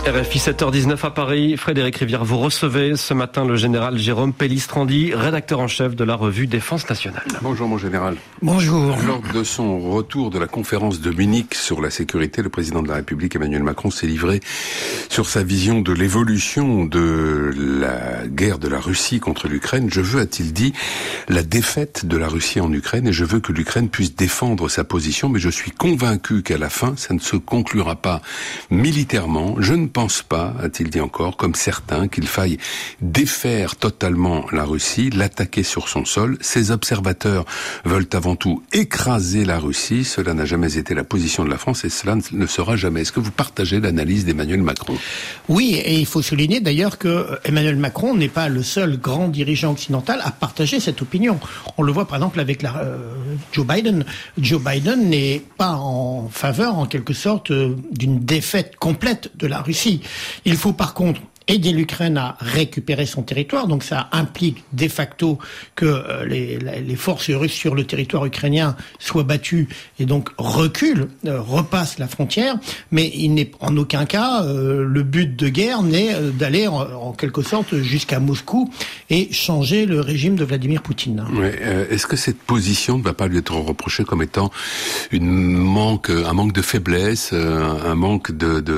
RFI 7h19 à Paris. Frédéric Rivière, vous recevez ce matin le général Jérôme Pellistrandi, rédacteur en chef de la revue Défense Nationale. Bonjour mon général. Bonjour. Lors de son retour de la conférence de Munich sur la sécurité, le président de la République Emmanuel Macron s'est livré sur sa vision de l'évolution de la guerre de la Russie contre l'Ukraine. Je veux, a-t-il dit, la défaite de la Russie en Ukraine et je veux que l'Ukraine puisse défendre sa position, mais je suis convaincu qu'à la fin, ça ne se conclura pas militairement. Je ne pense pas, a-t-il dit encore, comme certains, qu'il faille défaire totalement la Russie, l'attaquer sur son sol. Ces observateurs veulent avant tout écraser la Russie. Cela n'a jamais été la position de la France et cela ne sera jamais. Est-ce que vous partagez l'analyse d'Emmanuel Macron ? Oui, et il faut souligner d'ailleurs que Emmanuel Macron n'est pas le seul grand dirigeant occidental à partager cette opinion. On le voit par exemple avec Joe Biden. Joe Biden n'est pas en faveur, en quelque sorte, d'une défaite complète de la Russie. Il faut par contre aider l'Ukraine à récupérer son territoire, donc ça implique de facto que les forces russes sur le territoire ukrainien soient battues et donc reculent, repassent la frontière, mais il n'est en aucun cas le but de guerre n'est d'aller en quelque sorte jusqu'à Moscou et changer le régime de Vladimir Poutine. Ouais, est-ce que cette position ne va pas lui être reprochée comme étant un manque de faiblesse, un manque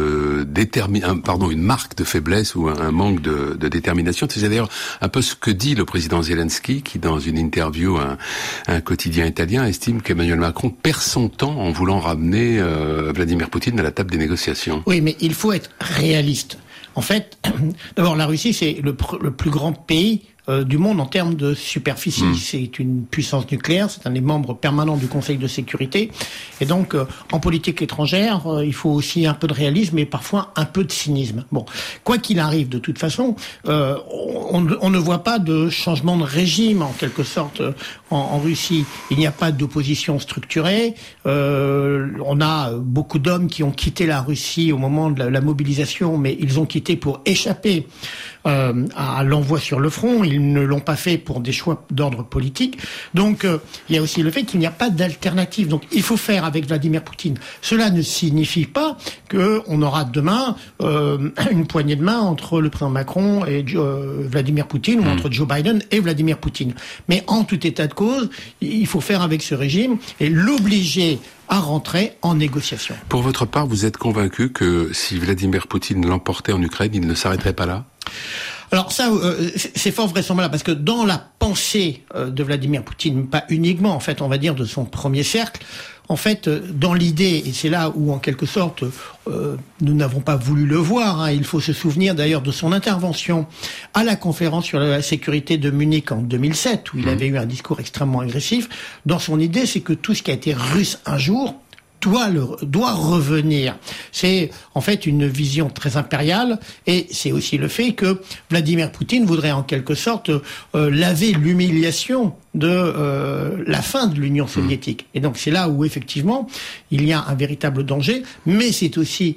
une marque de faiblesse ou un manque de détermination? C'est d'ailleurs un peu ce que dit le président Zelensky, qui dans une interview à un quotidien italien estime qu'Emmanuel Macron perd son temps en voulant ramener Vladimir Poutine à la table des négociations. Oui, mais il faut être réaliste. En fait, d'abord, la Russie, c'est le plus grand pays du monde en termes de superficie. C'est une puissance nucléaire, c'est un des membres permanents du Conseil de sécurité. Et donc, en politique étrangère, il faut aussi un peu de réalisme et parfois un peu de cynisme. Bon, quoi qu'il arrive, de toute façon, on ne voit pas de changement de régime, en quelque sorte, en Russie. Il n'y a pas d'opposition structurée. On a beaucoup d'hommes qui ont quitté la Russie au moment de la mobilisation, mais ils ont quitté pour échapper à l'envoi sur le front. Ils ne l'ont pas fait pour des choix d'ordre politique. Donc, il y a aussi le fait qu'il n'y a pas d'alternative. Donc, il faut faire avec Vladimir Poutine. Cela ne signifie pas qu'on aura demain une poignée de main entre le président Macron et Vladimir Poutine, ou entre Joe Biden et Vladimir Poutine. Mais en tout état de cause, il faut faire avec ce régime et l'obliger à rentrer en négociation. Pour votre part, vous êtes convaincu que si Vladimir Poutine l'emportait en Ukraine, il ne s'arrêterait pas là ? Alors ça, c'est fort vraisemblable, parce que dans la pensée de Vladimir Poutine, pas uniquement, en fait, on va dire, de son premier cercle, en fait, dans l'idée, et c'est là où, en quelque sorte, nous n'avons pas voulu le voir, il faut se souvenir d'ailleurs de son intervention à la conférence sur la sécurité de Munich en 2007, où il avait eu un discours extrêmement agressif. Dans son idée, c'est que tout ce qui a été russe un jour doit revenir. C'est en fait une vision très impériale, et c'est aussi le fait que Vladimir Poutine voudrait en quelque sorte laver l'humiliation de la fin de l'Union soviétique. Et donc c'est là où effectivement il y a un véritable danger, mais c'est aussi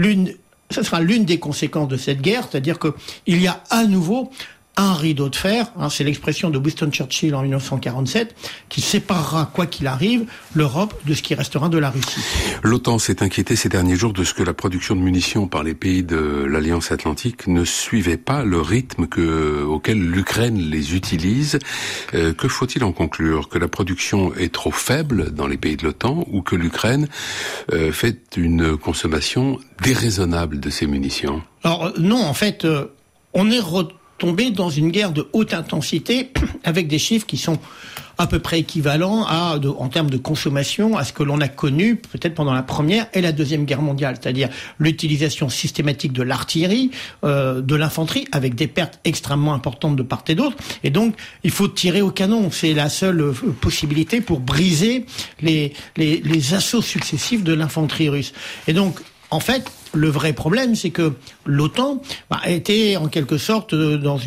ce sera l'une des conséquences de cette guerre, c'est-à-dire que il y a à nouveau un rideau de fer, c'est l'expression de Winston Churchill en 1947, qui séparera, quoi qu'il arrive, l'Europe de ce qui restera de la Russie. L'OTAN s'est inquiété ces derniers jours de ce que la production de munitions par les pays de l'Alliance Atlantique ne suivait pas le rythme auquel l'Ukraine les utilise. Que faut-il en conclure ? Que la production est trop faible dans les pays de l'OTAN, ou que l'Ukraine fait une consommation déraisonnable de ces munitions ? Alors non, en fait, on est tombé dans une guerre de haute intensité avec des chiffres qui sont à peu près équivalents en termes de consommation à ce que l'on a connu peut-être pendant la Première et la Deuxième Guerre mondiale, c'est-à-dire l'utilisation systématique de l'artillerie, de l'infanterie, avec des pertes extrêmement importantes de part et d'autre. Et donc, il faut tirer au canon. C'est la seule possibilité pour briser les assauts successifs de l'infanterie russe. Et donc, en fait, le vrai problème, c'est que l'OTAN était en quelque sorte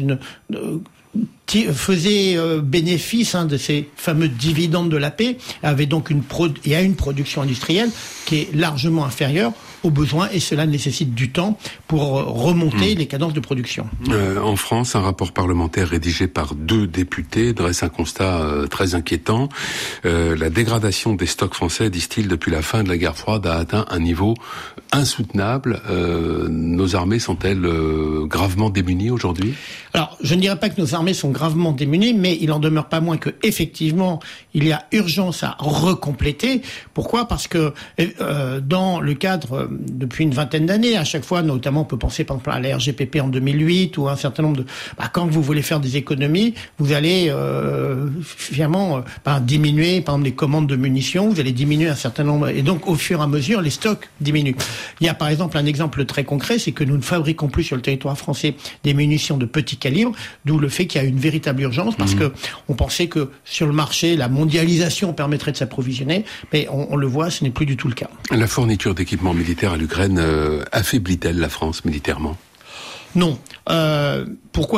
faisait bénéfice de ces fameux dividendes de la paix, avait donc une production industrielle qui est largement inférieure aux besoins, et cela nécessite du temps pour remonter les cadences de production. En France, un rapport parlementaire rédigé par 2 députés dresse un constat très inquiétant. La dégradation des stocks français, disent-ils, depuis la fin de la guerre froide a atteint un niveau insoutenable. Nos armées sont-elles gravement démunies aujourd'hui ? Alors, je ne dirais pas que nos armées sont gravement démunies, mais il en demeure pas moins que, effectivement, il y a urgence à recompléter. Pourquoi ? Parce que dans le cadre, depuis une vingtaine d'années, à chaque fois, notamment, on peut penser par exemple à la RGPP en 2008 ou un certain nombre de... quand vous voulez faire des économies, vous allez finalement diminuer, par exemple, les commandes de munitions, vous allez diminuer un certain nombre... Et donc, au fur et à mesure, les stocks diminuent. Il y a par exemple un exemple très concret, c'est que nous ne fabriquons plus sur le territoire français des munitions de petit calibre, d'où le fait qu'il y a une véritable urgence, parce que on pensait que sur le marché, la mondialisation permettrait de s'approvisionner, mais on le voit, ce n'est plus du tout le cas. La fourniture d'équipements militaires à l'Ukraine affaiblit-elle la France militairement ? Non. Pourquoi ?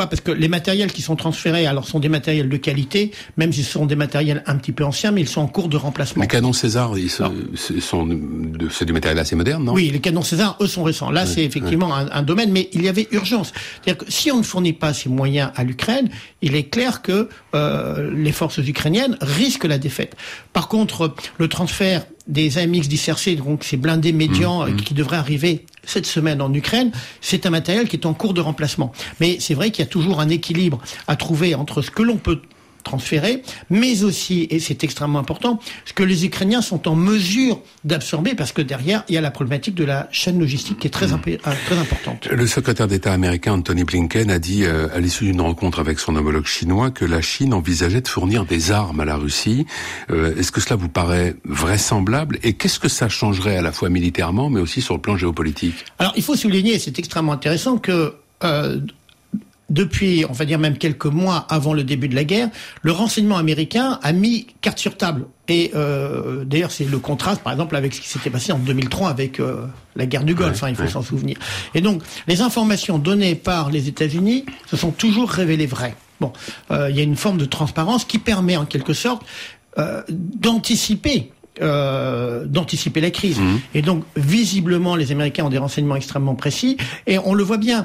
Parce que les matériels qui sont transférés, alors sont des matériels de qualité, même si ce sont des matériels un petit peu anciens, mais ils sont en cours de remplacement. Les canons César, c'est du matériel assez moderne, non ? Oui, les canons César, eux, sont récents. Là, c'est effectivement un domaine, mais il y avait urgence. C'est-à-dire que si on ne fournit pas ces moyens à l'Ukraine, il est clair que les forces ukrainiennes risquent la défaite. Par contre, le transfert des AMX-10RC, donc ces blindés médians qui devraient arriver cette semaine en Ukraine, c'est un matériel qui est en cours de remplacement. Mais c'est vrai qu'il y a toujours un équilibre à trouver entre ce que l'on peut transférer, mais aussi, et c'est extrêmement important, ce que les Ukrainiens sont en mesure d'absorber, parce que derrière, il y a la problématique de la chaîne logistique qui est très importante. Le secrétaire d'État américain Anthony Blinken a dit, à l'issue d'une rencontre avec son homologue chinois, que la Chine envisageait de fournir des armes à la Russie. Est-ce que cela vous paraît vraisemblable ? Et qu'est-ce que ça changerait à la fois militairement, mais aussi sur le plan géopolitique ? Alors, il faut souligner, et c'est extrêmement intéressant, que depuis, on va dire même quelques mois avant le début de la guerre, le renseignement américain a mis carte sur table. Et d'ailleurs, c'est le contraste, par exemple, avec ce qui s'était passé en 2003 avec la guerre du Golfe, il faut s'en souvenir. Et donc, les informations données par les États-Unis se sont toujours révélées vraies. Bon, il y a une forme de transparence qui permet, en quelque sorte, d'anticiper la crise. Et donc, visiblement, les Américains ont des renseignements extrêmement précis. Et on le voit bien,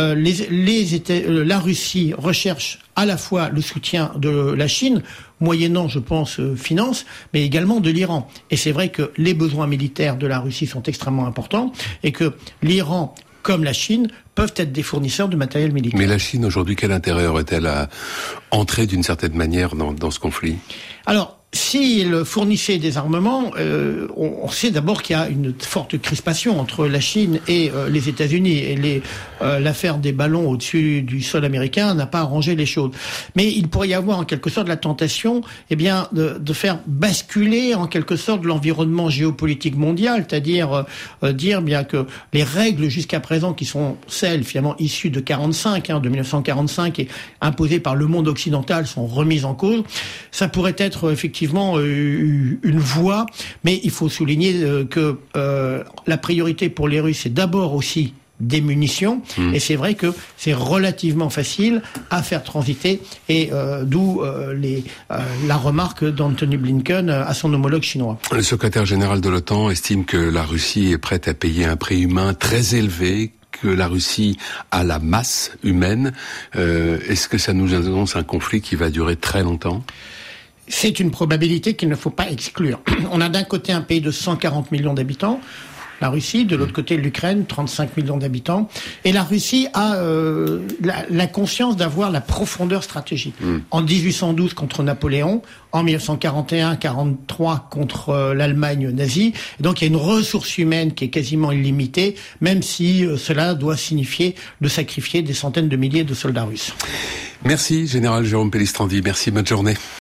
la Russie recherche à la fois le soutien de la Chine, moyennant, je pense, finances, mais également de l'Iran. Et c'est vrai que les besoins militaires de la Russie sont extrêmement importants et que l'Iran, comme la Chine, peuvent être des fournisseurs de matériel militaire. Mais la Chine, aujourd'hui, quel intérêt aurait-elle à entrer d'une certaine manière dans ce conflit ? Alors, s'il fournissait des armements, on sait d'abord qu'il y a une forte crispation entre la Chine et les États-Unis. Et l'affaire des ballons au-dessus du sol américain n'a pas arrangé les choses. Mais il pourrait y avoir en quelque sorte la tentation, de faire basculer en quelque sorte l'environnement géopolitique mondial, c'est-à-dire dire bien que les règles jusqu'à présent qui sont celles finalement issues de de 1945 et imposées par le monde occidental sont remises en cause. Ça pourrait être effectivement une voie, mais il faut souligner que la priorité pour les Russes, c'est d'abord aussi des munitions, et c'est vrai que c'est relativement facile à faire transiter, et d'où la remarque d'Anthony Blinken à son homologue chinois. Le secrétaire général de l'OTAN estime que la Russie est prête à payer un prix humain très élevé, que la Russie a la masse humaine. Est-ce que ça nous annonce un conflit qui va durer très longtemps ? C'est une probabilité qu'il ne faut pas exclure. On a d'un côté un pays de 140 millions d'habitants, la Russie, de l'autre côté l'Ukraine, 35 millions d'habitants. Et la Russie a la conscience d'avoir la profondeur stratégique. En 1812 contre Napoléon, en 1941-43 contre l'Allemagne nazie. Et donc il y a une ressource humaine qui est quasiment illimitée, même si cela doit signifier de sacrifier des centaines de milliers de soldats russes. Merci, Général Jérôme Pellistrandi. Merci, bonne journée.